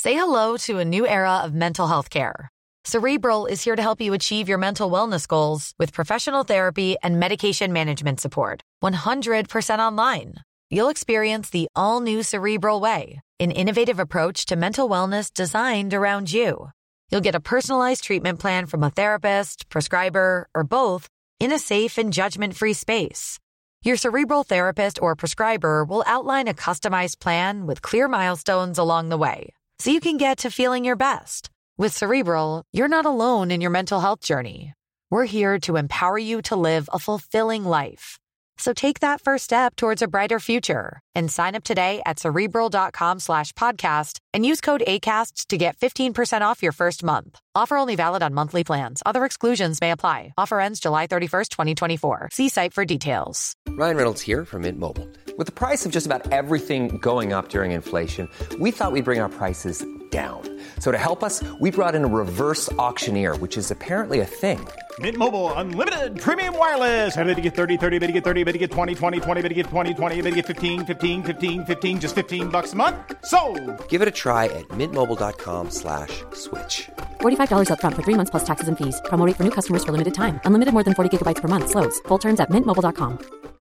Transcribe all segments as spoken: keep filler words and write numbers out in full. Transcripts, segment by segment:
Say hello to a new era of mental health care. Cerebral is here to help you achieve your mental wellness goals with professional therapy and medication management support. one hundred percent online. You'll experience the all-new Cerebral Way, an innovative approach to mental wellness designed around you. You'll get a personalized treatment plan from a therapist, prescriber, or both in a safe and judgment-free space. Your Cerebral therapist or prescriber will outline a customized plan with clear milestones along the way, so you can get to feeling your best. With Cerebral, you're not alone in your mental health journey. We're here to empower you to live a fulfilling life. So take that first step towards a brighter future and sign up today at Cerebral.com slash podcast and use code ACAST to get fifteen percent off your first month. Offer only valid on monthly plans. Other exclusions may apply. Offer ends July thirty-first, twenty twenty-four. See site for details. Ryan Reynolds here from Mint Mobile. With the price of just about everything going up during inflation, we thought we'd bring our prices down. So to help us, we brought in a reverse auctioneer, which is apparently a thing. Mint Mobile Unlimited Premium Wireless. How to get thirty, thirty, how to get thirty, how to get twenty, twenty, twenty, how to get twenty, twenty, how to get fifteen, fifteen, fifteen, fifteen, just fifteen bucks a month? Sold! Give it a try at mintmobile.com slash switch. forty-five dollars up front for three months plus taxes and fees. Promo rate for new customers for limited time. Unlimited more than forty gigabytes per month. Slows full terms at mint mobile dot com.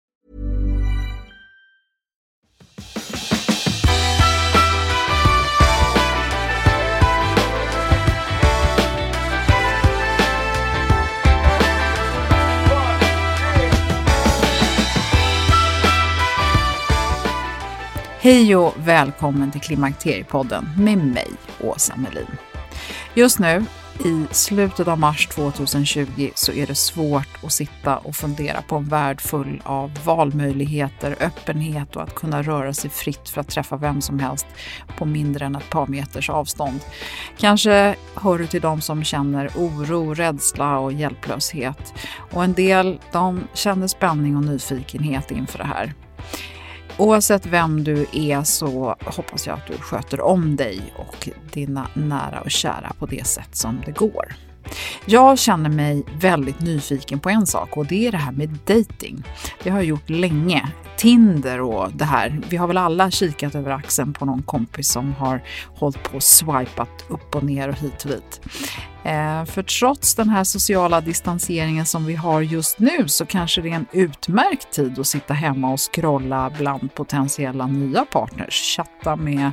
Hej och välkommen till Klimakteriepodden med mig, Åsa Melin. Just nu, i slutet av mars tjugohundratjugo, så är det svårt att sitta och fundera på en värld full av valmöjligheter, öppenhet och att kunna röra sig fritt för att träffa vem som helst på mindre än ett par meters avstånd. Kanske hör du till de som känner oro, rädsla och hjälplöshet. Och en del, de känner spänning och nyfikenhet inför det här. Oavsett vem du är så hoppas jag att du sköter om dig och dina nära och kära på det sätt som det går. Jag känner mig väldigt nyfiken på en sak, och det är det här med dating. Det har jag gjort länge. Tinder och det här. Vi har väl alla kikat över axeln på någon kompis som har hållit på och swipat upp och ner och hit och dit. Eh, för trots den här sociala distanseringen som vi har just nu så kanske det är en utmärkt tid att sitta hemma och scrolla bland potentiella nya partners. Chatta med,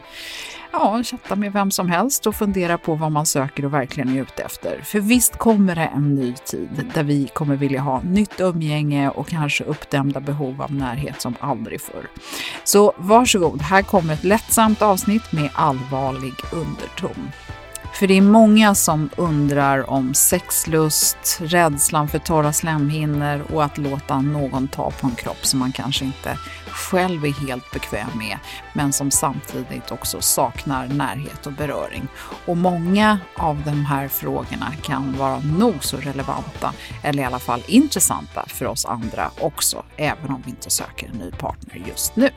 ja, chatta med vem som helst och fundera på vad man söker och verkligen är ute efter. För visst kommer det en ny tid där vi kommer vilja ha nytt umgänge och kanske uppdämda behov av närhet som aldrig förr. Så varsågod, här kommer ett lättsamt avsnitt med allvarlig underton. För det är många som undrar om sexlust, rädslan för torra slemhinnor och att låta någon ta på en kropp som man kanske inte själv är helt bekväm med, men som samtidigt också saknar närhet och beröring. Och många av de här frågorna kan vara nog så relevanta, eller i alla fall intressanta för oss andra också, även om vi inte söker en ny partner just nu.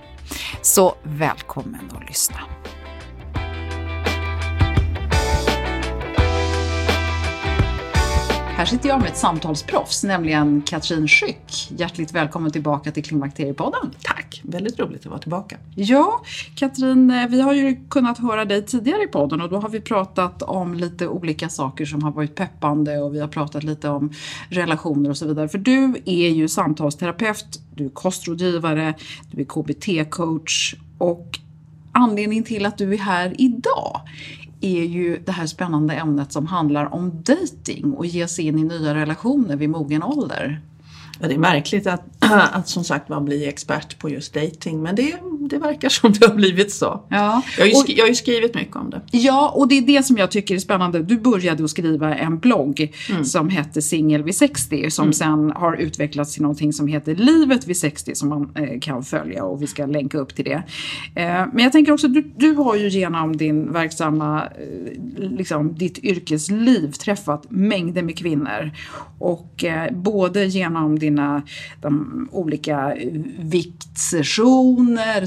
Så välkommen att lyssna. Här sitter jag med ett samtalsproffs, nämligen Katrin Schück. Hjärtligt välkommen tillbaka till Klimakteriepodden. Tack, väldigt roligt att vara tillbaka. Ja, Katrin, vi har ju kunnat höra dig tidigare i podden och då har vi pratat om lite olika saker som har varit peppande och vi har pratat lite om relationer och så vidare. För du är ju samtalsterapeut, du är kostrådgivare, du är K B T-coach och anledningen till att du är här idag är ju det här spännande ämnet som handlar om dating och ge sig in i nya relationer vid mogen ålder. Ja, det är märkligt att, att som sagt man blir expert på just dating, men det, det verkar som det har blivit så. Ja. Jag har ju, skri- jag har ju skrivit mycket om det. Ja, och det är det som jag tycker är spännande. Du började att skriva en blogg mm. som hette Singel vid sextio som mm. sen har utvecklats till någonting som heter Livet vid sextio som man eh, kan följa och vi ska länka upp till det. Eh, men jag tänker också, du, du har ju genom din verksamma, eh, liksom ditt yrkesliv träffat mängder med kvinnor och eh, både genom dina de olika viktsessioner,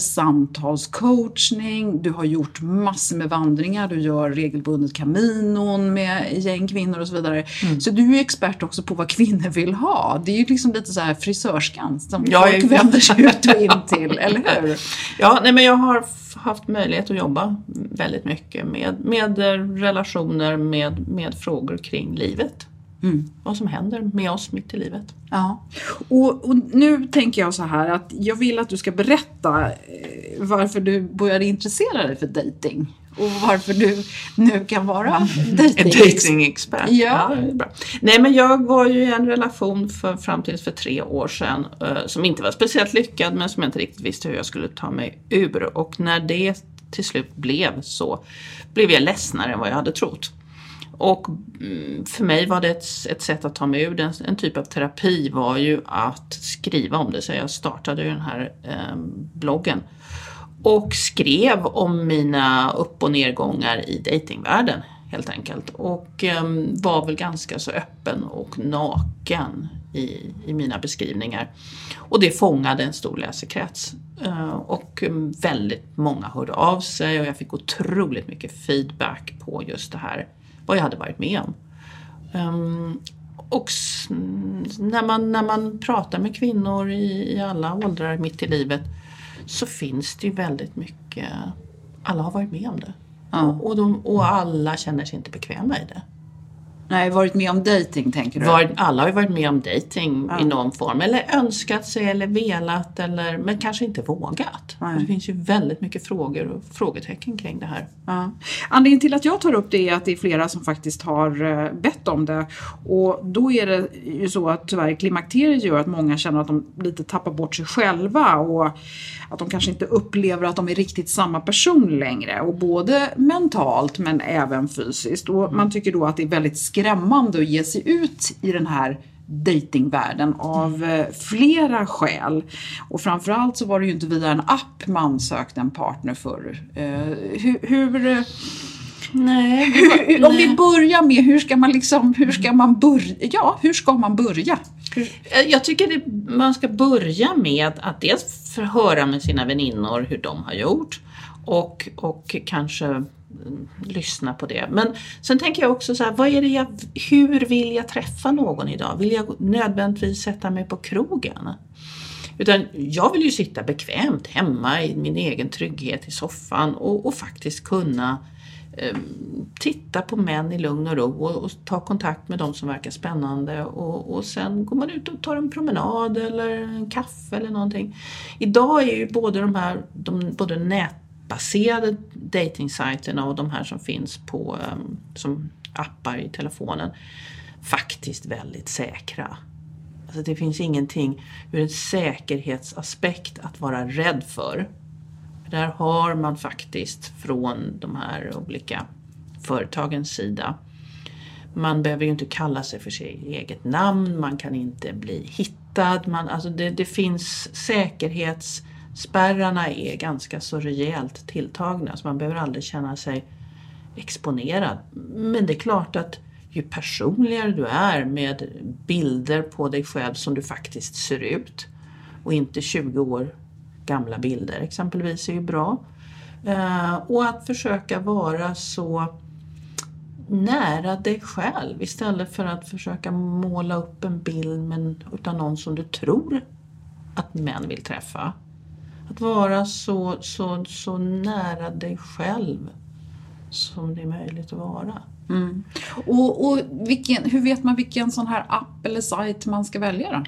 samtalscoachning, du har gjort massor med vandringar, du gör regelbundet Caminon med gäng kvinnor och så vidare. Mm. Så du är expert också på vad kvinnor vill ha. Det är ju liksom lite så här frisörskan som ja, folk jag... vänder sig ut och in till, eller hur? Ja, nej, men jag har haft möjlighet att jobba väldigt mycket med, med relationer, med, med frågor kring livet. Mm. Vad som händer med oss mitt i livet. Ja. Och, och nu tänker jag så här att jag vill att du ska berätta varför du började intressera dig för dating. Och varför du nu kan vara dating. En dating-expert. Ja. Ja, bra. Nej, men jag var ju i en relation för, fram till för tre år sedan uh, som inte var speciellt lyckad, men som jag inte riktigt visste hur jag skulle ta mig ur. Och när det till slut blev så blev jag ledsnare än vad jag hade trott. Och för mig var det ett, ett sätt att ta mig ur den, en typ av terapi var ju att skriva om det. Så jag startade ju den här eh, bloggen och skrev om mina upp- och nedgångar i datingvärlden helt enkelt. Och eh, var väl ganska så öppen och naken i, i mina beskrivningar. Och det fångade en stor läsekrets. Eh, och väldigt många hörde av sig och jag fick otroligt mycket feedback på just det här. Vad jag hade varit med om. Um, och s- när, man, när man pratar med kvinnor i, i alla åldrar mitt i livet så finns det ju väldigt mycket, alla har varit med om det. Ja. Och, och, de, och alla känner sig inte bekväma i det. Nej, varit med om dating tänker du? Var, alla har ju varit med om dating ja. i någon form. Eller önskat sig eller velat. Eller, men kanske inte vågat. Och det finns ju väldigt mycket frågor och frågetecken kring det här. Ja. Anledningen till att jag tar upp det är att det är flera som faktiskt har bett om det. Och då är det ju så att tyvärr klimakteriet gör att många känner att de lite tappar bort sig själva. Och att de kanske inte upplever att de är riktigt samma person längre. Och både mentalt men även fysiskt. Och man tycker då att det är väldigt skrämmande att ge sig ut i den här datingvärlden av mm. flera skäl. Och framförallt så var det ju inte via en app man sökte en partner för. Uh, hur... hur Nej, hur, om vi börjar med hur ska man liksom hur ska man börja ja hur ska man börja? Hur? Jag tycker det, man ska börja med att dels förhöra med sina väninnor hur de har gjort och och kanske mm, lyssna på det. Men sen tänker jag också så här, vad är det jag, hur vill jag träffa någon idag? Vill jag nödvändigtvis sätta mig på krogen? Utan jag vill ju sitta bekvämt hemma i min egen trygghet i soffan och, och faktiskt kunna titta på män i lugn och ro och, och ta kontakt med dem som verkar spännande och, och sen går man ut och tar en promenad eller en kaffe eller någonting. Idag är ju både de här de, både nätbaserade datingsajterna och de här som finns på um, som appar i telefonen faktiskt väldigt säkra. Alltså det finns ingenting ur en säkerhetsaspekt att vara rädd för. Där har man faktiskt från de här olika företagens sida. Man behöver ju inte kalla sig för sitt eget namn. Man kan inte bli hittad. Man, alltså det, det finns säkerhetsspärrarna är ganska så rejält tilltagna. Så man behöver aldrig känna sig exponerad. Men det är klart att ju personligare du är med bilder på dig själv som du faktiskt ser ut. Och inte tjugo år gamla bilder exempelvis är ju bra. Uh, och att försöka vara så nära dig själv istället för att försöka måla upp en bild men, utan någon som du tror att män vill träffa. Att vara så, så, så nära dig själv som det är möjligt att vara. Mm. Och, och vilken, hur vet man vilken sån här app eller sajt man ska välja då?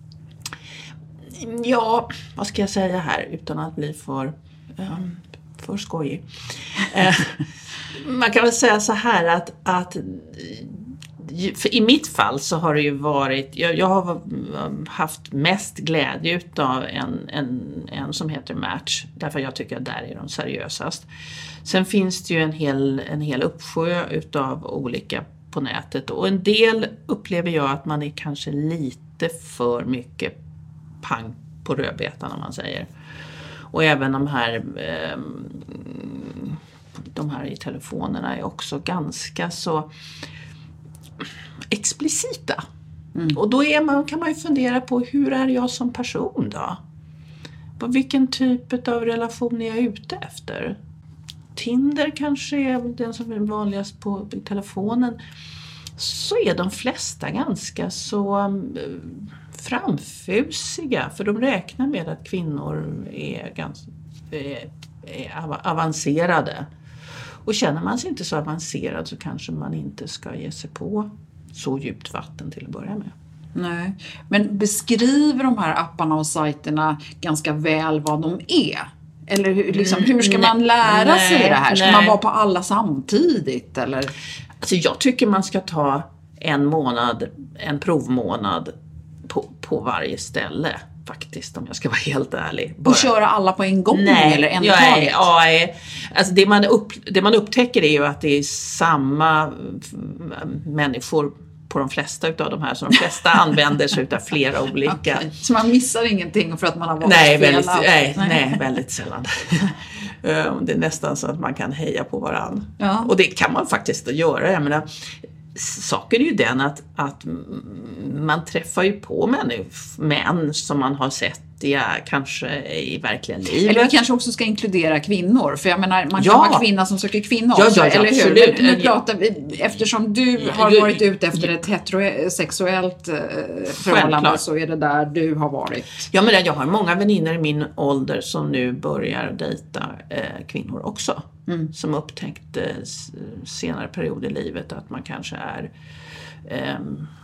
Ja, vad ska jag säga här utan att bli för, um, för skojig. Man kan väl säga så här att, att för i mitt fall så har det ju varit, jag, jag har haft mest glädje utav en, en, en som heter Match, därför jag tycker att där är de seriösast. Sen finns det ju en hel, en hel uppsjö utav olika på nätet och en del upplever jag att man är kanske lite för mycket pang på rödbetan om man säger. Och även de här eh, de här i telefonerna är också ganska så explicita. Mm. Och då är man, kan man ju fundera på hur är jag som person då? vilken typ av relation är jag ute efter? Tinder kanske är den som är vanligast på telefonen. Så är de flesta ganska så framfusiga. För de räknar med att kvinnor är, ganska, är, är avancerade. Och känner man sig inte så avancerad så kanske man inte ska ge sig på så djupt vatten till att börja med. Nej, men beskriver de här apparna och sajterna ganska väl vad de är? Eller hur, liksom, hur ska man lära nej, sig det här? Ska nej. man vara på alla samtidigt? Eller? Alltså jag tycker man ska ta en månad, en provmånad på, på varje ställe. Faktiskt, om jag ska vara helt ärlig. Bara. Och köra alla på en gång nej, eller en jag taget? Är, ja, alltså det man, upp, det man upptäcker är ju att det är samma människor på de flesta utav de här, så de flesta använder sig utav flera olika. Okay. Så man missar ingenting för att man har varit nej, fel väldigt, nej, nej, väldigt sällan. Det är nästan så att man kan heja på varann. Ja. Och det kan man faktiskt göra. Jag menar, saken är ju den att, att man träffar ju på män, män som man har sett ja, kanske i verkliga livet. Eller vi kanske också ska inkludera kvinnor. För jag menar, man kan ja. vara kvinna som söker kvinnor ja, också, ja, ja, eller absolut. hur? Men nu pratar vi, eftersom du har varit ute efter ett heterosexuellt förhållande Självklart. Så är det där du har varit. Ja, men jag har många vänner i min ålder som nu börjar dejta eh, kvinnor också. Mm. Som upptäckte eh, senare period i livet att man kanske är eh,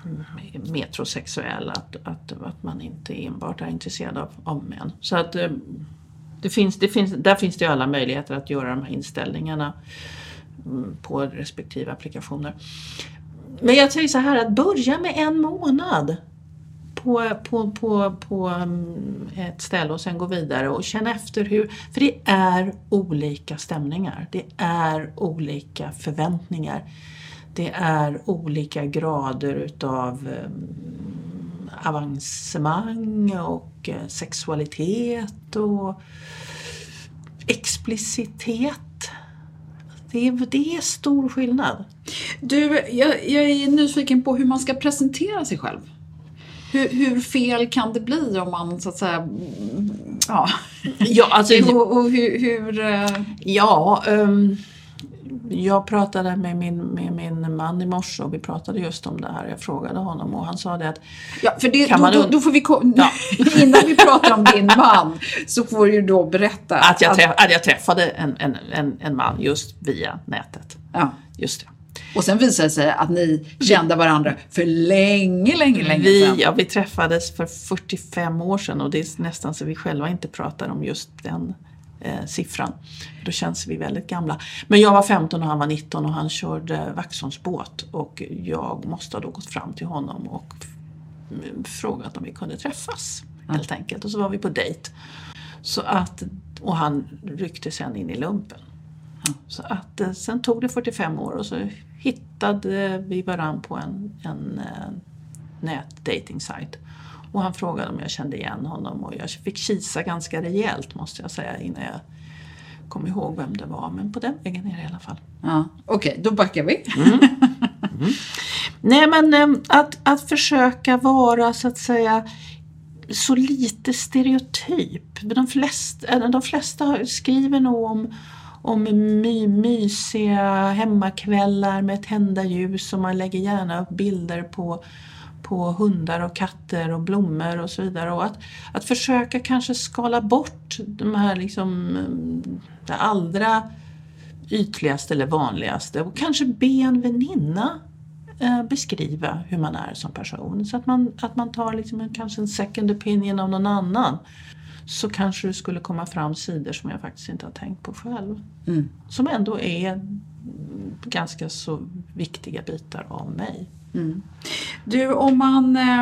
metrosexuell, att, att, att man inte enbart är intresserad av, av män. Så att eh, det finns, det finns, där finns det alla möjligheter att göra de här inställningarna mm, på respektive applikationer. Men jag säger så här, att börja med en månad på, på, på, på ett ställe och sen gå vidare och känna efter hur, för det är olika stämningar, det är olika förväntningar, det är olika grader utav um, avancemang och uh, sexualitet och explicitet. Det är, det är stor skillnad. Du, jag, jag är nyfiken på hur man ska presentera sig själv. Hur, hur fel kan det bli om man så att säga ja, ja alltså, och, och hur, hur ja um, jag pratade med min, med min man i morse och vi pratade just om det här. Jag frågade honom och han sa det att ja, för det, kan då, man då, då får vi ko- ja. innan vi pratar om din man så får du då berätta att jag, träff- att jag träffade en, en, en, en man just via nätet. Ja. Just det. Och sen visade det sig att ni kände varandra för länge, länge, länge vi, sedan. Ja, vi träffades för fyrtiofem år sedan och det är nästan så vi själva inte pratar om just den eh, siffran. Då känns vi väldigt gamla. Men jag var femton och han var nitton och han körde Vaxholmsbåt och jag måste ha då gått fram till honom och frågat om vi kunde träffas mm. helt enkelt. Och så var vi på dejt. Så att, och han ryckte sen in i lumpen. Så att sen tog det fyrtiofem år och så hittade vi varann på en, en uh, nätdating-sajt. Och han frågade om jag kände igen honom och jag fick kisa ganska rejält måste jag säga innan jag kom ihåg vem det var. Men på den vägen är det i alla fall. Ja, okej, okay, då backar vi. Mm. Mm. Nej men um, att, att försöka vara så att säga så lite stereotyp. De flesta, de flesta skriver nog om om my, mysiga hemmakvällar med tända ljus och man lägger gärna upp bilder på, på hundar och katter och blommor och så vidare. Och att, att försöka kanske skala bort de här liksom det allra ytligaste eller vanligaste och kanske be en väninna eh, beskriva hur man är som person. Så att man, att man tar liksom en, kanske en second opinion av någon annan. Så kanske det skulle komma fram sidor som jag faktiskt inte har tänkt på själv. Mm. Som ändå är ganska så viktiga bitar av mig. Mm. Du, om man eh,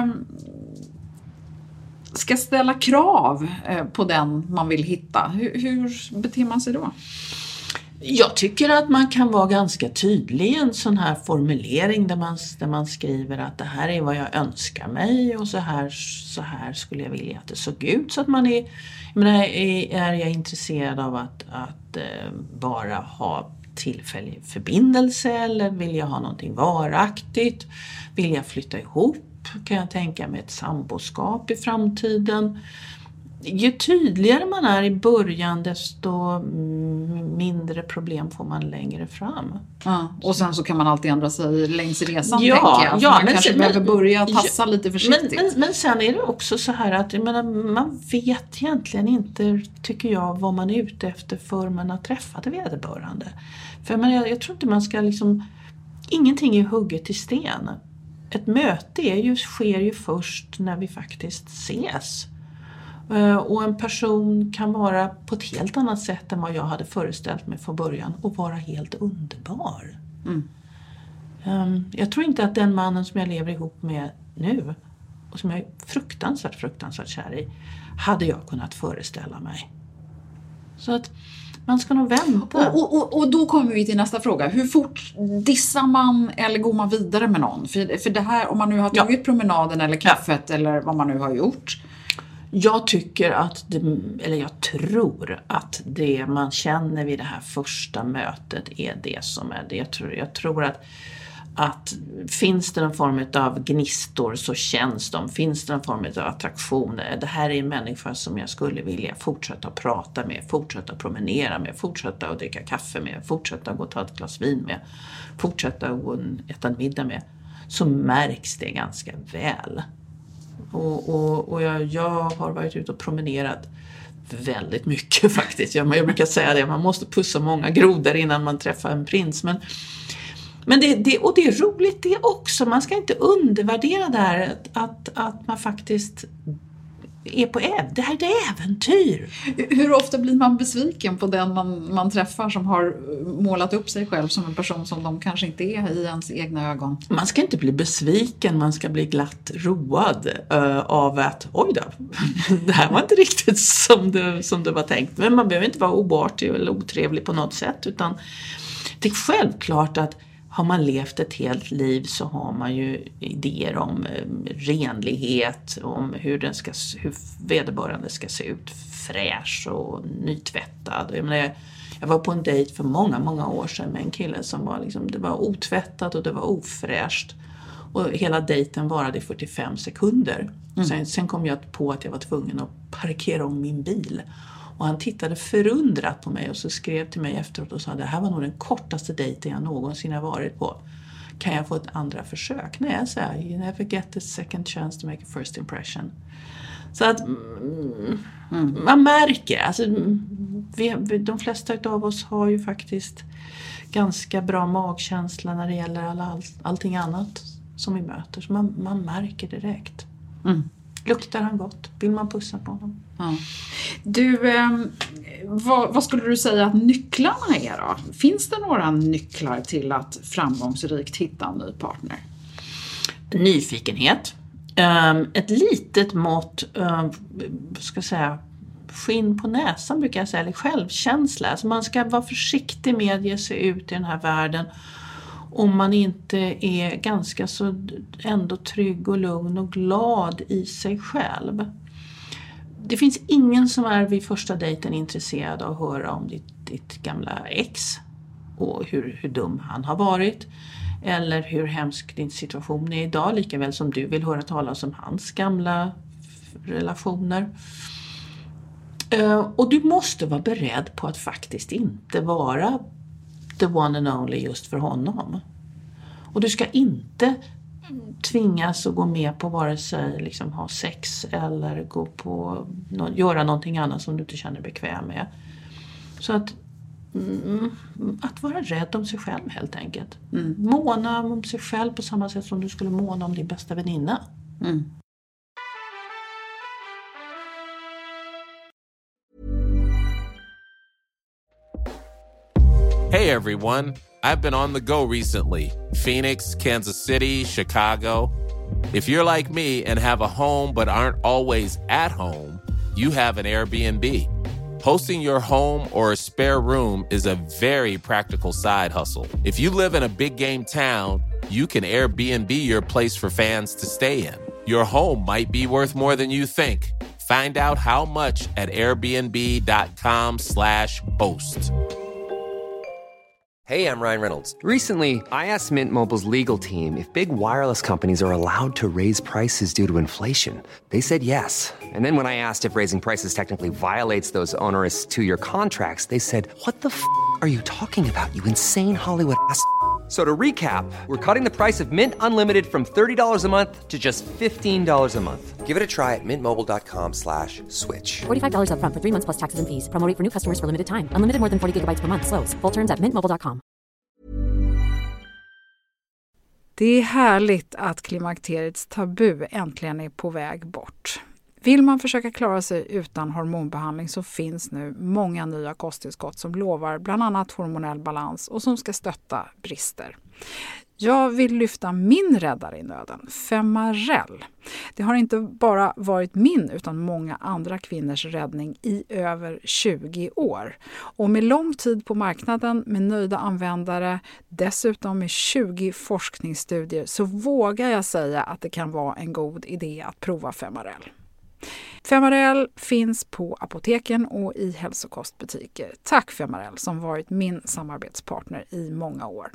ska ställa krav eh, på den man vill hitta, hur, hur beter man sig då? Jag tycker att man kan vara ganska tydlig i en sån här formulering där man, där man skriver att det här är vad jag önskar mig och så här, så här skulle jag vilja att det såg ut. Så att man är, jag menar, är, är jag intresserad av att, att eh, bara ha tillfällig förbindelse eller vill jag ha någonting varaktigt? Vill jag flytta ihop? Kan jag tänka mig ett samboskap i framtiden? ju tydligare man är i början, desto mindre problem får man längre fram. Ja, och sen så kan man alltid ändra sig längs resan, ja, tänker jag. Ja, man men kanske sen, behöver börja men, tassa ja, lite försiktigt. Men, men, men sen är det också så här att jag menar, man vet egentligen inte, tycker jag, vad man är ute efter för man har träffat vederbörande. För jag, menar, jag, jag tror inte man ska liksom, ingenting är hugget i sten. Ett möte är ju, sker ju först när vi faktiskt ses. Och en person kan vara på ett helt annat sätt än vad jag hade föreställt mig från början och vara helt underbar. Mm. Jag tror inte att den mannen som jag lever ihop med nu och som jag är fruktansvärt, fruktansvärt kär i, hade jag kunnat föreställa mig. Så att man ska nog vänta. Och, och, och då kommer vi till nästa fråga. Hur fort dissar man eller går man vidare med någon? För, för det här, om man nu har tagit ja. promenaden eller kaffet ja. eller vad man nu har gjort. Jag tycker att, det, eller jag tror att det man känner vid det här första mötet är det som är det. Jag tror, jag tror att, att finns det någon form av gnistor så känns de. Finns det någon form av attraktioner. Det här är en människa som jag skulle vilja fortsätta att prata med, fortsätta att promenera med, fortsätta att dricka kaffe med, fortsätta att gå och ta ett glas vin med, fortsätta att gå och äta en middag med. Så märks det ganska väl. Och, och, och jag, jag har varit ute och promenerat väldigt mycket faktiskt. Jag, jag brukar säga det, man måste pussa många grodor innan man träffar en prins. Men, men det, det, och det är roligt det också. Man ska inte undervärdera det här att, att, att man faktiskt är på äv. Det här är ett äventyr. Hur ofta blir man besviken på den man, man träffar som har målat upp sig själv som en person som de kanske inte är i ens egna ögon? Man ska inte bli besviken, man ska bli glatt road uh, av att oj då, det här var inte riktigt som det, som det var tänkt. Men man behöver inte vara obartig eller otrevlig på något sätt, utan det är självklart att har man levt ett helt liv så har man ju idéer om eh, renlighet, om hur, den ska, hur vederbörande ska se ut, fräsch och nytvättad. Jag, menar, jag var på en dejt för många, många år sedan med en kille som var, liksom, det var otvättat och det var ofräscht. Och hela dejten varade i fyrtiofem sekunder. Mm. Sen, sen kom jag på att jag var tvungen att parkera om min bil. Och han tittade förundrat på mig och så skrev till mig efteråt och sa det här var nog den kortaste dejten jag någonsin har varit på. Kan jag få ett andra försök? Nej, jag säger, you never get a second chance to make a first impression. Så att mm, mm. man märker, alltså, vi, de flesta av oss har ju faktiskt ganska bra magkänsla när det gäller all, all, allting annat som vi möter. Så man, man märker direkt. Mm. Luktar han gott? Vill man pussa på honom? Ja. Du, eh, vad, vad skulle du säga att nycklarna är då? Finns det några nycklar till att framgångsrikt hitta en ny partner? Nyfikenhet. Um, ett litet mått, um, ska jag säga, skinn på näsan brukar jag säga, eller självkänsla. Alltså man ska vara försiktig med att ge sig ut i den här världen om man inte är ganska så ändå trygg och lugn och glad i sig själv. Det finns ingen som är vid första dejten intresserad av att höra om ditt, ditt gamla ex och hur, hur dum han har varit eller hur hemsk din situation är idag, lika väl som du vill höra talas om hans gamla relationer. Uh, och du måste vara beredd på att faktiskt inte vara the one and only just för honom. Och du ska inte tvingas att gå med på vare sig liksom ha sex eller gå på göra någonting annat som du inte känner bekväm med. Så att mm, att vara rädd om sig själv helt enkelt. Mm. Måna om sig själv på samma sätt som du skulle måna om din bästa väninna. Mm. Hey everyone, I've been on the go recently. Phoenix, Kansas City, Chicago. If you're like me and have a home but aren't always at home, you have an Airbnb. Hosting your home or a spare room is a very practical side hustle. If you live in a big game town, you can Airbnb your place for fans to stay in. Your home might be worth more than you think. Find out how much at airbnb.com slash host. Hey, I'm Ryan Reynolds. Recently, I asked Mint Mobile's legal team if big wireless companies are allowed to raise prices due to inflation. They said yes. And then when I asked if raising prices technically violates those onerous two-year contracts, they said, what the f*** are you talking about, you insane Hollywood ass f- So to recap, we're cutting the price of Mint Unlimited from thirty dollars a month to just fifteen dollars a month. Give it a try at mintmobile.com slash switch. forty-five dollars up front for three months plus taxes and fees. Promo rate for new customers for limited time. Unlimited more than forty gigabytes per month. Slows full terms at mint mobile dot com. Det är härligt att klimakteriets tabu äntligen är på väg bort. Vill man försöka klara sig utan hormonbehandling så finns nu många nya kosttillskott som lovar bland annat hormonell balans och som ska stötta brister. Jag vill lyfta min räddare i nöden, Femarel. Det har inte bara varit min utan många andra kvinnors räddning i över tjugo år. Och med lång tid på marknaden, med nöjda användare, dessutom med tjugo forskningsstudier så vågar jag säga att det kan vara en god idé att prova Femarel. Femarel finns på apoteken och i hälsokostbutiker. Tack Femarel som varit min samarbetspartner i många år.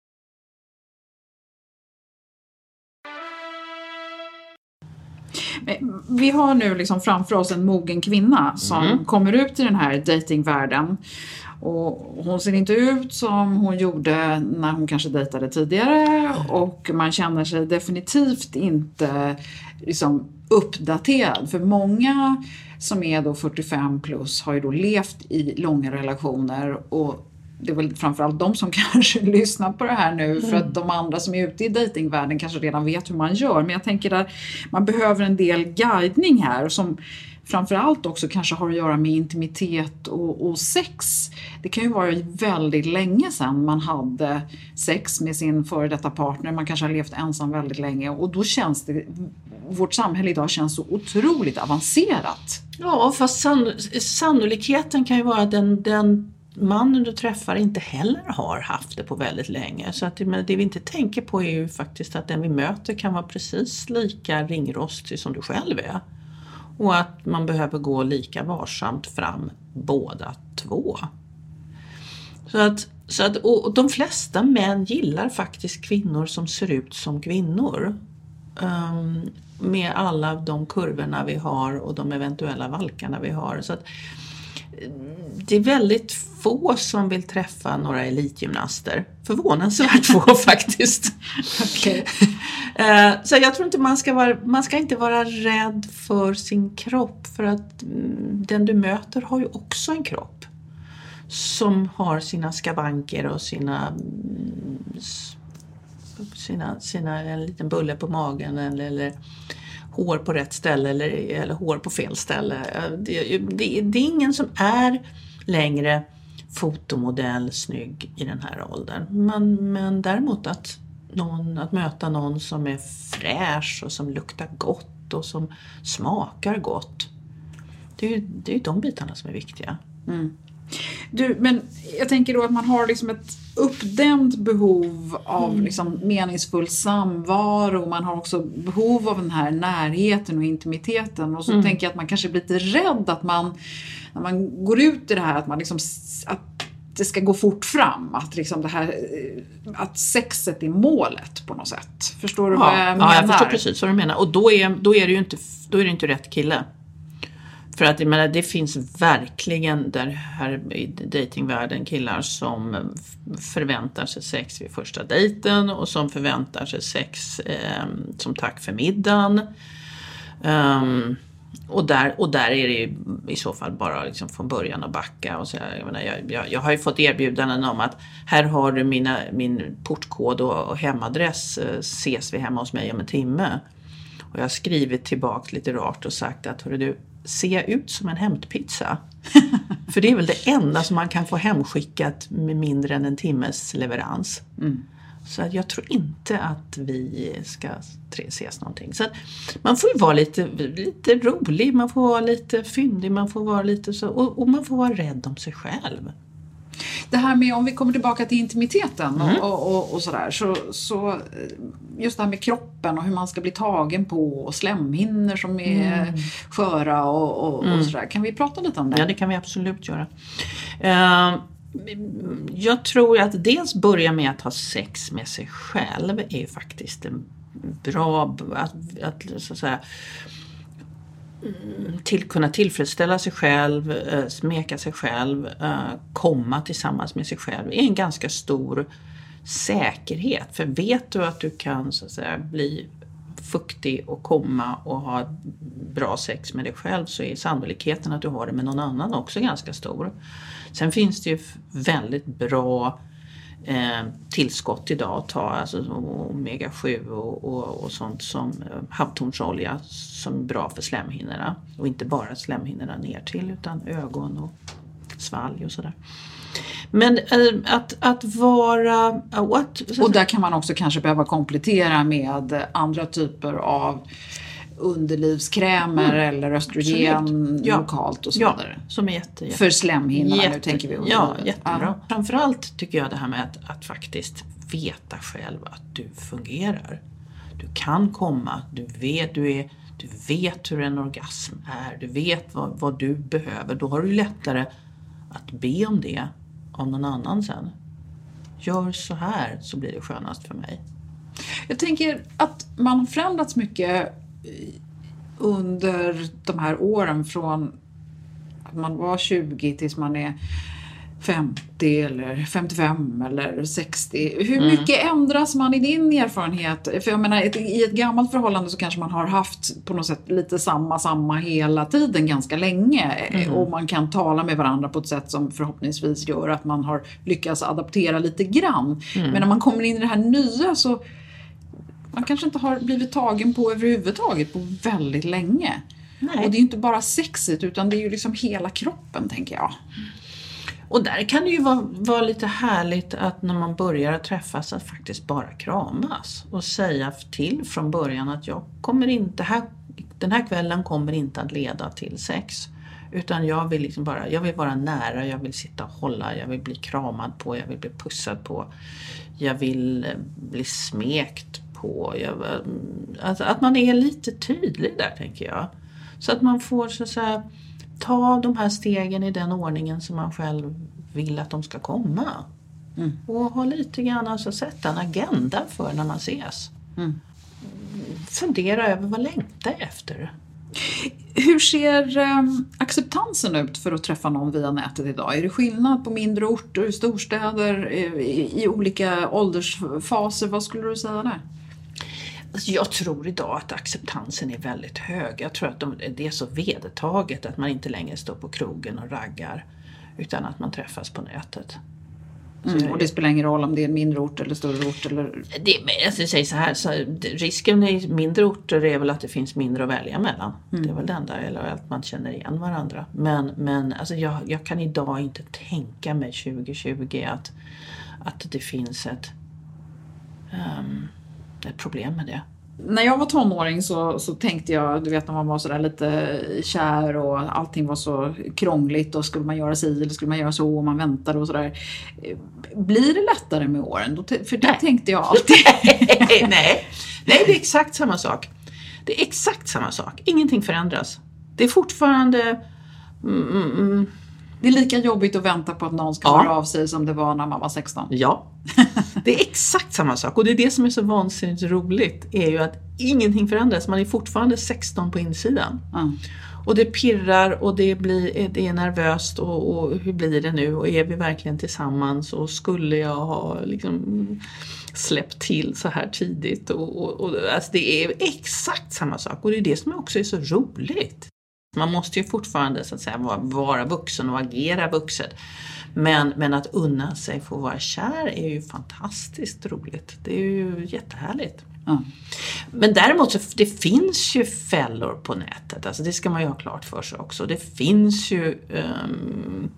Vi har nu liksom framför oss en mogen kvinna som mm. kommer ut i den här datingvärlden. Och hon ser inte ut som hon gjorde när hon kanske dejtade tidigare. Och man känner sig definitivt inte liksom uppdaterad. För många som är då fyrtiofem plus har ju då levt i långa relationer. Och det är väl framförallt de som kanske lyssnar på det här nu. Mm. För att de andra som är ute i datingvärlden kanske redan vet hur man gör. Men jag tänker att man behöver en del guidning här som framförallt också kanske har att göra med intimitet och, och sex. Det kan ju vara väldigt länge sedan man hade sex med sin före detta partner. Man kanske har levt ensam väldigt länge. Och då känns det, vårt samhälle idag känns så otroligt avancerat. Ja, fast sann, sannolikheten kan ju vara att den, den mannen du träffar inte heller har haft det på väldigt länge. Så att det, men det vi inte tänker på är ju faktiskt att den vi möter kan vara precis lika ringrostig som du själv är. Och att man behöver gå lika varsamt fram båda två. Så att, så att, och de flesta män gillar faktiskt kvinnor som ser ut som kvinnor. Um, med alla de kurvorna vi har och de eventuella valkarna vi har. Så att det är väldigt få som vill träffa några elitgymnaster. Förvånansvärt få faktiskt. Okay. Så jag tror inte man ska vara, man ska inte vara rädd för sin kropp. För att den du möter har ju också en kropp. Som har sina skavanker och sina, sina, sina en liten bulle på magen eller... eller hår på rätt ställe eller, eller hår på fel ställe. Det, det, det är ingen som är längre fotomodell snygg i den här åldern. Men, men däremot att, någon, att möta någon som är fräsch och som luktar gott och som smakar gott. Det är ju det är de bitarna som är viktiga. Mm. Du, men jag tänker då att man har liksom ett uppdämt behov av mm. liksom meningsfull samvaro. Man har också behov av den här närheten och intimiteten. Och så mm. tänker jag att man kanske blir lite rädd att man, när man går ut i det här, att man liksom, att det ska gå fort fram. Att liksom det här, att sexet är målet på något sätt. Förstår du ja, vad jag menar? Ja, jag förstår precis vad du menar. Och då är, då är det ju inte, då är det inte rätt kille. För att jag menar, det finns verkligen där här i datingvärlden killar som förväntar sig sex vid första dejten och som förväntar sig sex eh, som tack för middagen. Um, och, där, och där är det i så fall bara liksom från början att backa. Och så, jag, menar, jag, jag, jag har ju fått erbjudanden om att här har du mina, min portkod och, och hemadress, eh, ses vi hemma hos mig om en timme. Och jag har skrivit tillbaka lite rart och sagt att hörru du, ser ut som en hämtpizza. För det är väl det enda som man kan få hemskickat med mindre än en timmes leverans. Mm. Så att jag tror inte att vi ska ses någonting. Så att man får ju vara lite, lite rolig, man får vara lite fyndig, man får vara lite så, och, och man får vara rädd om sig själv. Det här med, om vi kommer tillbaka till intimiteten mm. och, och, och sådär, så, så just det här med kroppen och hur man ska bli tagen på och slemhinnor som är mm. sköra och, och, mm. och sådär. Kan vi prata lite om det? Ja, det kan vi absolut göra. Uh, Jag tror att dels börja med att ha sex med sig själv är faktiskt en bra, att, att så att säga, till kunna tillfredsställa sig själv, smeka sig själv, komma tillsammans med sig själv är en ganska stor säkerhet. För vet du att du kan så att säga bli fuktig och komma och ha bra sex med dig själv, så är sannolikheten att du har det med någon annan också ganska stor. Sen finns det ju väldigt bra eh, tillskott idag att ta, alltså omega sju och, och, och sånt som eh, havtornsolja som är bra för slemhinnorna. Och inte bara slemhinnorna ner till utan ögon och svalg och sådär. Men äh, att, att vara... Äh, what? Och där kan man också kanske behöva komplettera med andra typer av underlivskrämer mm. eller östrogen ja. lokalt och så ja, vidare. Som är jätte, jätte, för slemhinnorna jätte, nu tänker vi. Ja, jättebra. Ja. Framförallt tycker jag det här med att, att faktiskt veta själv att du fungerar. Du kan komma, du vet, du är, du vet hur en orgasm är, du vet vad, vad du behöver. Då har du lättare att be om det om någon annan sen. Gör så här så blir det skönast för mig. Jag tänker att man har förändrats mycket under de här åren från att man var tjugo tills man är femtio eller femtiofem eller sextio. Hur mycket mm. ändras man i din erfarenhet? För jag menar, i ett gammalt förhållande så kanske man har haft på något sätt lite samma, samma hela tiden ganska länge. Mm. Och man kan tala med varandra på ett sätt som förhoppningsvis gör att man har lyckats adaptera lite grann. Mm. Men när man kommer in i det här nya så man kanske inte har blivit tagen på överhuvudtaget på väldigt länge. Nej. Och det är ju inte bara sexigt utan det är ju liksom hela kroppen, tänker jag. Och där kan det ju vara, vara lite härligt att när man börjar att träffas att faktiskt bara kramas. Och säga till från början att jag kommer inte, här, den här kvällen kommer inte att leda till sex. Utan jag vill liksom bara, jag vill vara nära, jag vill sitta och hålla, jag vill bli kramad på, jag vill bli pussad på. Jag vill bli smekt på. Jag, alltså att man är lite tydlig där, tänker jag. Så att man får så att säga ta de här stegen i den ordningen som man själv vill att de ska komma. Mm. Och ha lite grann, alltså sätta en agenda för när man ses. Mm. Fundera över vad längtar jag efter. Hur ser um, acceptansen ut för att träffa någon via nätet idag? Är det skillnad på mindre orter, storstäder, i, i olika åldersfaser? Vad skulle du säga där? Jag tror idag att acceptansen är väldigt hög. Jag tror att de, det är så vedertaget att man inte längre står på krogen och raggar. Utan att man träffas på nätet. Mm, och det spelar ingen roll om det är en mindre ort eller större ort? Eller... Det, alltså jag säger så här, så risken i mindre orter är väl att det finns mindre att välja mellan. Mm. Det är väl det enda, eller att man känner igen varandra. Men, men alltså jag, jag kan idag inte tänka mig tjugo tjugo att, att det finns ett... Um, ett problem med det. När jag var tonåring så, så tänkte jag, du vet när man var sådär lite kär och allting var så krångligt och skulle man göra sig eller skulle man göra så och man väntade och sådär. Blir det lättare med åren? För det Nej. tänkte jag alltid. Nej, nej. Nej, det är exakt samma sak. Det är exakt samma sak. Ingenting förändras. Det är fortfarande... Mm, mm, det är lika jobbigt att vänta på att någon ska ja. höra av sig som det var när man var sexton. Ja, det är exakt samma sak. Och det är det som är så vansinnigt roligt. Är ju att ingenting förändras. Man är fortfarande sexton på insidan. Mm. Och det pirrar och det, blir, det är nervöst. Och, och hur blir det nu? Och är vi verkligen tillsammans? Och skulle jag ha liksom släppt till så här tidigt? Och, och, och, alltså det är exakt samma sak. Och det är det som också är så roligt. Man måste ju fortfarande så att säga vara, vara vuxen och agera vuxet. Men, men att unna sig för att vara kär är ju fantastiskt roligt. Det är ju jättehärligt. Mm. Men däremot så det finns ju fällor på nätet. Alltså det ska man ju ha klart för sig också. Det finns ju... Um,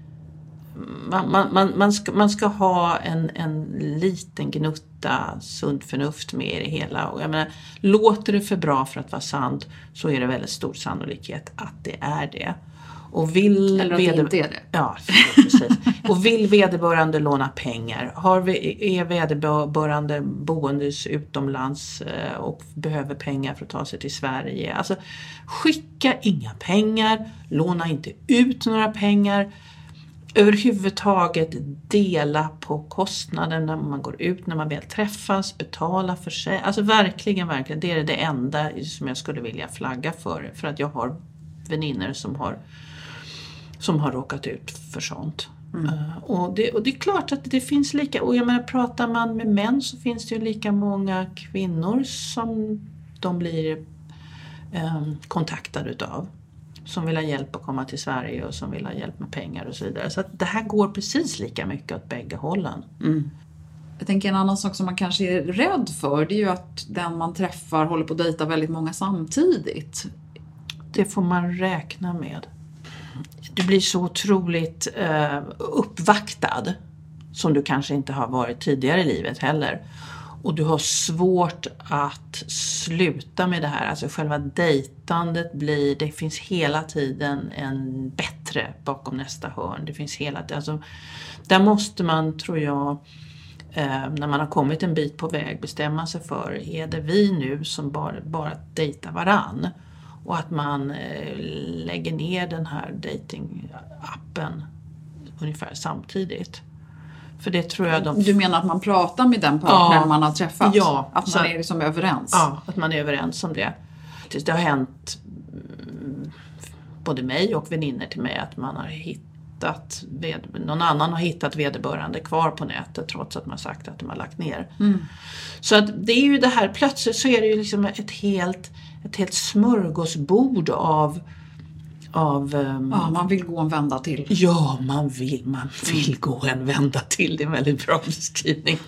man, man, man, man, ska, man ska ha en, en liten gnutta sunt förnuft med i det hela. Och jag menar, låter det för bra för att vara sant så är det väldigt stor sannolikhet att det är det. Och vill Eller att veder... det inte är det. Ja, precis. Och vill vederbörande låna pengar? Har vi, är vederbörande boendes utomlands och behöver pengar för att ta sig till Sverige? Alltså, skicka inga pengar. Låna inte ut några pengar. överhuvudtaget dela på kostnaden när man går ut, när man väl träffas, betala för sig. Alltså verkligen, verkligen. Det är det enda som jag skulle vilja flagga för. För att jag har väninnor som har, som har råkat ut för sånt. Mm. Uh, och, det, och det är klart att det finns lika, och jag menar, pratar man med män så finns det ju lika många kvinnor som de blir um, kontaktade utav. Som vill ha hjälp att komma till Sverige och som vill ha hjälp med pengar och så vidare. Så att det här går precis lika mycket åt bägge hållen. Mm. Jag tänker en annan sak som man kanske är rädd för, det är ju att den man träffar håller på att dejta väldigt många samtidigt. Det får man räkna med. Du blir så otroligt eh, uppvaktad som du kanske inte har varit tidigare i livet heller. Och du har svårt att sluta med det här. Alltså själva dejtandet blir, det finns hela tiden en bättre bakom nästa hörn. Det finns hela tiden, alltså, där måste man, tror jag, eh, när man har kommit en bit på väg bestämma sig för, är det vi nu som bara, bara dejtar varann? Och att man eh, lägger ner den här datingappen ungefär samtidigt. För det tror jag de... Du menar att man pratar med den partnern ja, man har träffat? Ja. Att man är liksom överens? Ja, att man är överens om det. Det har hänt både mig och väninner till mig att man har hittat, ved, någon annan har hittat vederbörande kvar på nätet trots att man sagt att de har lagt ner. Mm. Så att det är ju det här, plötsligt så är det ju liksom ett helt, ett helt smörgåsbord av Av, um, ja, man vill gå en vända till. Ja, man vill, man vill mm. gå en vända till. Det är en väldigt bra beskrivning.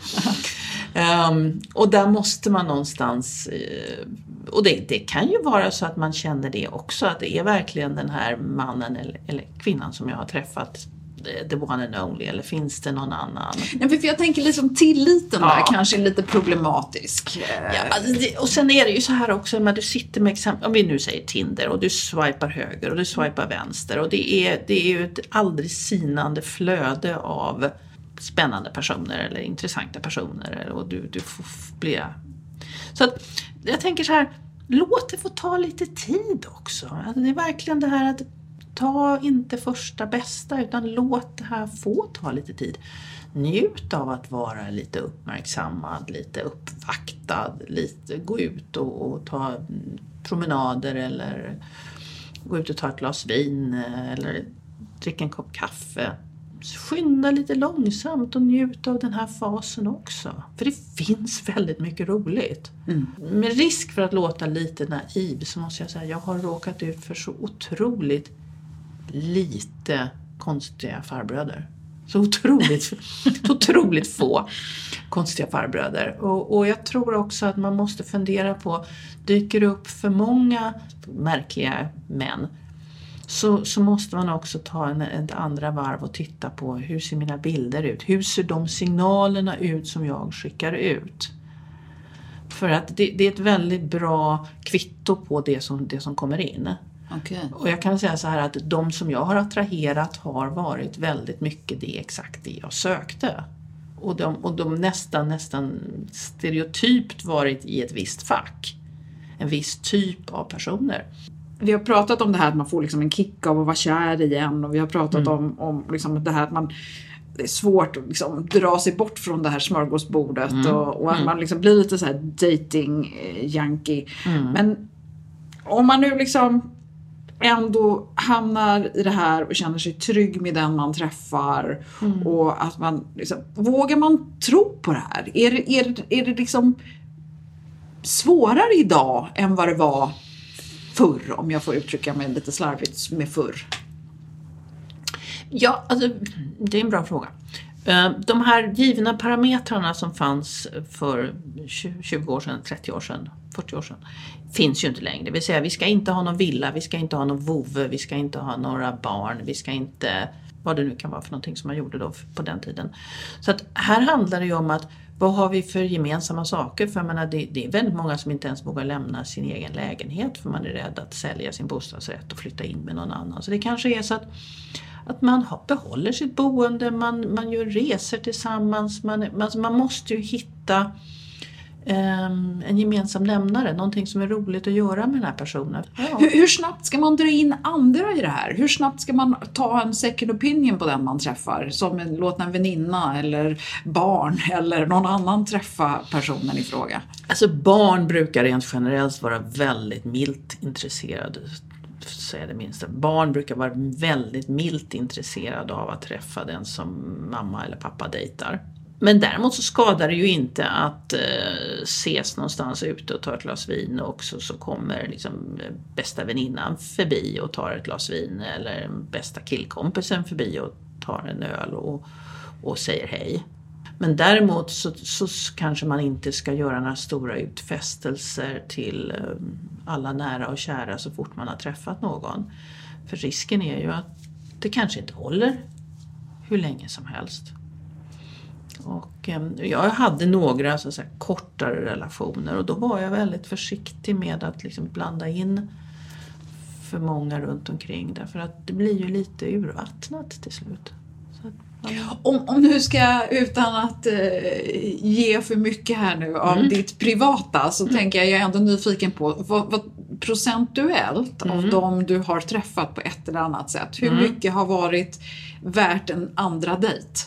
um, och där måste man någonstans... Uh, och det, det kan ju vara så att man känner det också. Att det är verkligen den här mannen eller, eller kvinnan som jag har träffat. The one and only, eller finns det någon annan? Ja, för jag tänker liksom tilliten ja. där kanske är lite problematisk. Ja, alltså det, och sen är det ju så här också när du sitter med exempel, om vi nu säger Tinder och du swipar höger och du swipar vänster och det är, det är ju ett aldrig sinande flöde av spännande personer eller intressanta personer och du, du får bli... Så att jag tänker så här, låt det få ta lite tid också. Alltså det är verkligen det här att ta inte första bästa utan låt det här få ta lite tid. Njut av att vara lite uppmärksammad, lite uppvaktad, lite gå ut och, och ta promenader eller gå ut och ta ett glas vin eller dricka en kopp kaffe. Skynda lite långsamt och njut av den här fasen också. För det finns väldigt mycket roligt. Mm. Med risk för att låta lite naiv så måste jag säga att jag har råkat ut för så otroligt lite konstiga farbröder. Så otroligt, så otroligt få konstiga farbröder. Och, och jag tror också att man måste fundera på, dyker upp för många märkliga män så, så måste man också ta en, ett andra varv och titta på hur ser mina bilder ut? Hur ser de signalerna ut som jag skickar ut? För att det, det är ett väldigt bra kvitto på det som, det som kommer in. Okay. Och jag kan säga så här att de som jag har attraherat har varit väldigt mycket det exakt det jag sökte. Och de, och de nästan, nästan stereotypt varit i ett visst fack. En viss typ av personer. Vi har pratat om det här att man får liksom en kick av att vara kär igen. Och vi har pratat mm. om, om liksom det här att man... Det är svårt att liksom dra sig bort från det här smörgåsbordet. Mm. Och, och att mm. man liksom blir lite så här dating-junkie. Mm. Men om man nu liksom... ändå hamnar i det här och känner sig trygg med den man träffar mm. och att man liksom, vågar man tro på det här? Är det, är det, är det liksom svårare idag än vad det var förr, om jag får uttrycka mig lite slarvigt med förr? Ja, alltså, det är en bra fråga. De här givna parametrarna som fanns för tjugo år sedan, trettio år sedan, fyrtio år sedan finns ju inte längre. Det vill säga, vi ska inte ha någon villa, vi ska inte ha någon vovve, vi ska inte ha några barn, vi ska inte, vad det nu kan vara för någonting som man gjorde då på den tiden. Så att här handlar det ju om att vad har vi för gemensamma saker? För jag menar, det, det är väldigt många som inte ens vågar lämna sin egen lägenhet för man är rädd att sälja sin bostadsrätt och flytta in med någon annan. Så det kanske är så att Att man behåller sitt boende, man, man gör resor tillsammans. Man, man, man måste ju hitta um, en gemensam nämnare, någonting som är roligt att göra med den här personen. Ja. Hur, hur snabbt ska man dra in andra i det här? Hur snabbt ska man ta en second opinion på den man träffar? Som en, låta en väninna eller barn eller någon annan träffa personen i fråga? Alltså barn brukar rent generellt vara väldigt milt intresserade. Säga det minsta. Barn brukar vara väldigt milt intresserade av att träffa den som mamma eller pappa dejtar. Men däremot så skadar det ju inte att eh, ses någonstans ute och ta ett glas vin, och också så kommer liksom bästa väninnan förbi och tar ett glas vin, eller bästa killkompisen förbi och tar en öl och, och säger hej. Men däremot så, så kanske man inte ska göra några stora utfästelser till alla nära och kära så fort man har träffat någon. För risken är ju att det kanske inte håller hur länge som helst. Och jag hade några så att säga, kortare relationer, och då var jag väldigt försiktig med att liksom blanda in för många runt omkring. Därför att det blir ju lite urvattnat till slut. Så att, Om, om du ska, utan att eh, ge för mycket här nu av mm. ditt privata, så mm. tänker jag, jag är ändå nyfiken på vad, vad procentuellt mm. av dem du har träffat på ett eller annat sätt, hur mm. mycket har varit värt en andra dejt?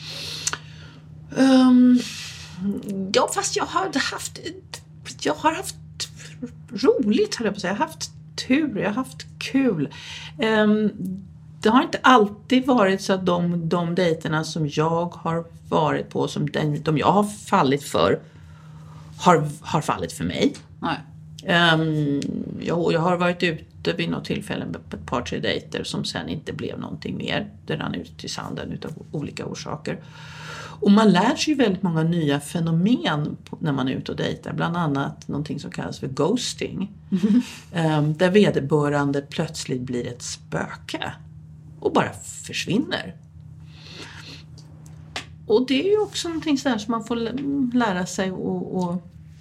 Um, ja, fast jag har haft jag har haft roligt, höll jag på att säga. Jag har haft tur, jag har haft kul. Um, Det har inte alltid varit så att de, de dejterna som jag har varit på, som den, de jag har fallit för, har, har fallit för mig. Nej. Um, jag, jag har varit ute vid något tillfälle med ett par, tre dejter som sen inte blev någonting mer. Det rann ut i sanden utav olika orsaker. Och man lär sig ju väldigt många nya fenomen när man är ute och dejtar. Bland annat någonting som kallas för ghosting. Mm. Um, där vederbörande plötsligt blir ett spöke. Och bara försvinner. Och det är ju också någonting sådär som man får lära sig och, och,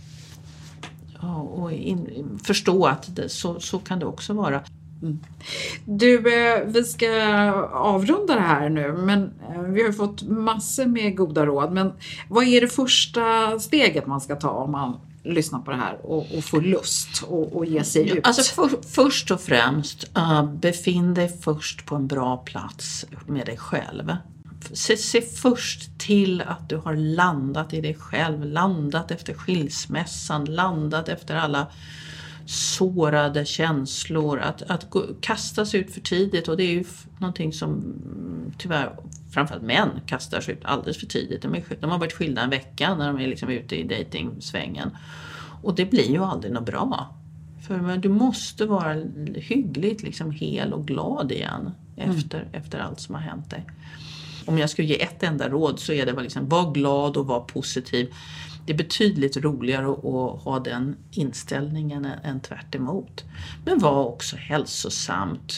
och in, förstå att det, så, så kan det också vara. Mm. Du, vi ska avrunda det här nu, men vi har fått massor med goda råd. Men vad är det första steget man ska ta om man lyssna på det här och, och få lust och, och ge sig ut? Alltså för, först och främst uh, befinn dig först på en bra plats med dig själv. Se, se först till att du har landat i dig själv, landat efter skilsmässan, landat efter alla sårade känslor, att, att gå, kastas ut för tidigt, och det är ju någonting som tyvärr framförallt män kastar sig ut alldeles för tidigt. De, är, de har varit skilda en vecka när de är liksom ute i dejtingsvängen, och det blir ju aldrig något bra. För men du måste vara hyggligt liksom hel och glad igen efter, mm. efter allt som har hänt dig. Om jag skulle ge ett enda råd så är det att liksom, var glad och var positiv. Det är betydligt roligare att ha den inställningen än tvärt emot. Men var också hälsosamt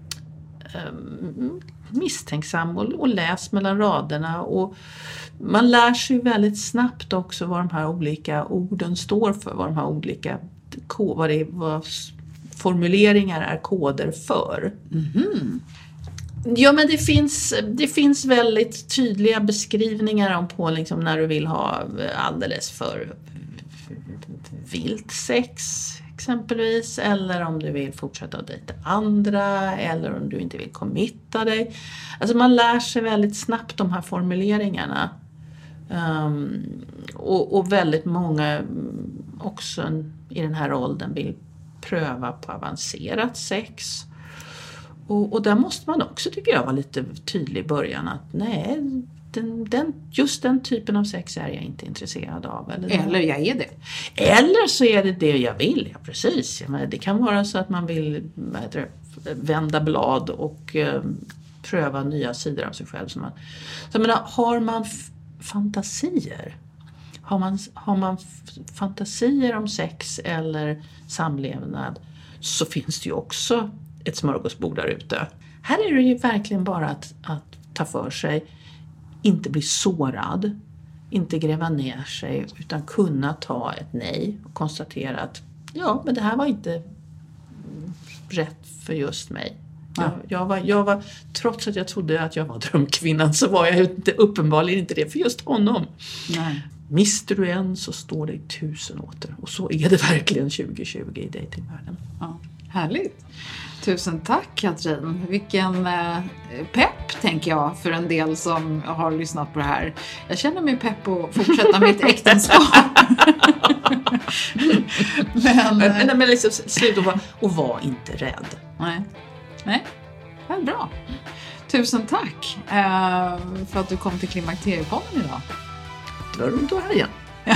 um, misstänksam och, och läs mellan raderna. Och man lär sig väldigt snabbt också vad de här olika orden står för. Vad de här olika vad det är, vad formuleringar är koder för. Mm-hmm. Ja, men det finns, det finns väldigt tydliga beskrivningar om på liksom när du vill ha alldeles för vilt sex exempelvis, eller om du vill fortsätta att dejta andra, eller om du inte vill committa dig. Alltså man lär sig väldigt snabbt de här formuleringarna. Um, och, och väldigt många också i den här åldern vill pröva på avancerat sex. Och, och där måste man också, tycker jag, vara lite tydlig i början att nej, den, den, just den typen av sex är jag inte intresserad av. Eller, eller jag är det. Eller så är det det jag vill, ja precis. Men det kan vara så att man vill vad heter det, vända blad och eh, pröva nya sidor av sig själv. Så man, så jag menar, har man f- fantasier? Har man, har man f- fantasier om sex eller samlevnad, så finns det ju också ett smörgåsbord där ute. Här är det ju verkligen bara att, att ta för sig, inte bli sårad, inte gräva ner sig, utan kunna ta ett nej och konstatera att ja, men det här var inte rätt för just mig. Jag, jag, var, jag var, trots att jag trodde att jag var drömkvinnan, så var jag inte, uppenbarligen inte det för just honom. Nej. mister du en så står det tusen åter. Och så är det verkligen tjugo tjugo i datingvärlden. Ja, härligt. Tusen tack Katrin. Vilken eh, pepp tänker jag för en del som har lyssnat på det här. Jag känner mig pepp att fortsätta mitt äktenskap. men, men, men liksom, sluta vara, och var inte rädd. Nej, nej. Det är bra. Tusen tack eh, för att du kom till Klimakteriepodden idag. Det var roligt att vara här igen. Ja.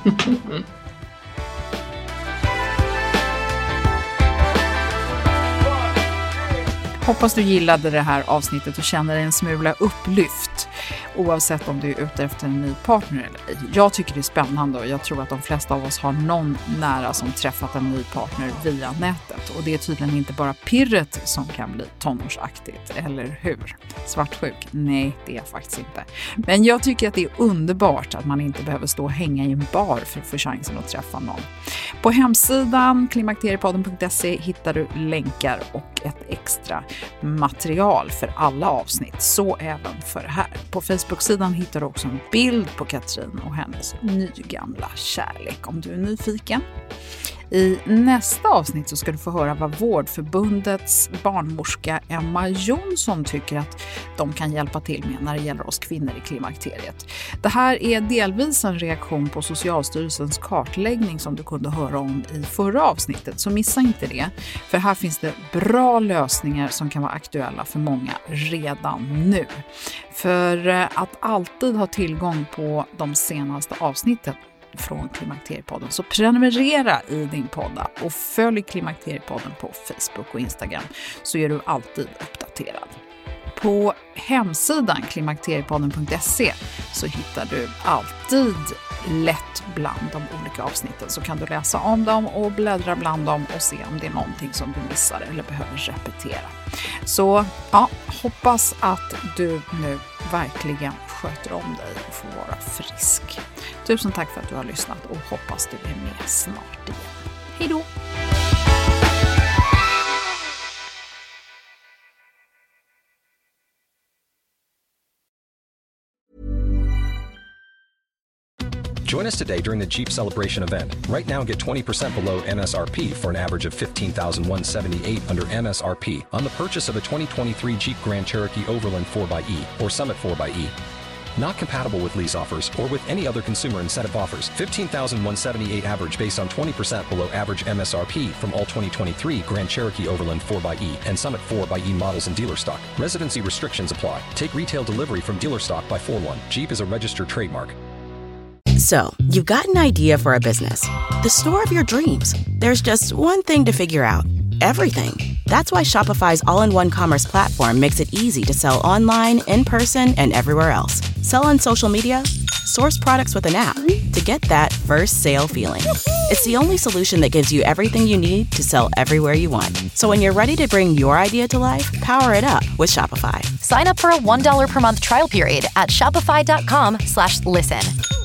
Hoppas du gillade det här avsnittet och känner dig en smula upplyft. Oavsett om du är ute efter en ny partner eller ej. Jag tycker det är spännande och jag tror att de flesta av oss har någon nära som träffat en ny partner via nätet. Och det är tydligen inte bara pirret som kan bli tonårsaktigt, eller hur? Svartsjuk? Nej, det är faktiskt inte. Men jag tycker att det är underbart att man inte behöver stå och hänga i en bar för att få chansen att träffa någon. På hemsidan klimakteriepodden punkt se hittar du länkar och ett extra material för alla avsnitt, så även för det här. På Facebook-sidan hittar du också en bild på Katrin och hennes nygamla kärlek om du är nyfiken. I nästa avsnitt så ska du få höra vad Vårdförbundets barnmorska Emma Jonsson tycker att de kan hjälpa till med när det gäller oss kvinnor i klimakteriet. Det här är delvis en reaktion på Socialstyrelsens kartläggning som du kunde höra om i förra avsnittet, så missa inte det. För här finns det bra lösningar som kan vara aktuella för många redan nu. För att alltid ha tillgång på de senaste avsnitten från Klimakteriepodden så prenumerera i din podda och följ Klimakteriepodden på Facebook och Instagram så är du alltid uppdaterad. På hemsidan klimakteriepodden punkt se så hittar du alltid lätt bland de olika avsnitten, så kan du läsa om dem och bläddra bland dem och se om det är någonting som du missar eller behöver repetera. Så ja, hoppas att du nu verkligen sköter om dig och får vara frisk. Tusen tack för att du har lyssnat och hoppas du är med snart igen. Hej då! Join us today during the Jeep Celebration event. Right now, get twenty percent below M S R P for an average of fifteen thousand one hundred seventy-eight dollars under M S R P on the purchase of a twenty twenty-three Jeep Grand Cherokee Overland four by E or Summit four by E. Not compatible with lease offers or with any other consumer incentive offers. fifteen thousand one hundred seventy-eight dollars average based on twenty percent below average M S R P from all twenty twenty-three Grand Cherokee Overland four by E and Summit four by E models in dealer stock. Residency restrictions apply. Take retail delivery from dealer stock by four one. Jeep is a registered trademark. So, you've got an idea for a business. The store of your dreams. There's just one thing to figure out. Everything. That's why Shopify's all-in-one commerce platform makes it easy to sell online, in person, and everywhere else. Sell on social media, source products with an app to get that first sale feeling. It's the only solution that gives you everything you need to sell everywhere you want. So when you're ready to bring your idea to life, power it up with Shopify. Sign up for a one dollar per month trial period at shopify dot com slash listen.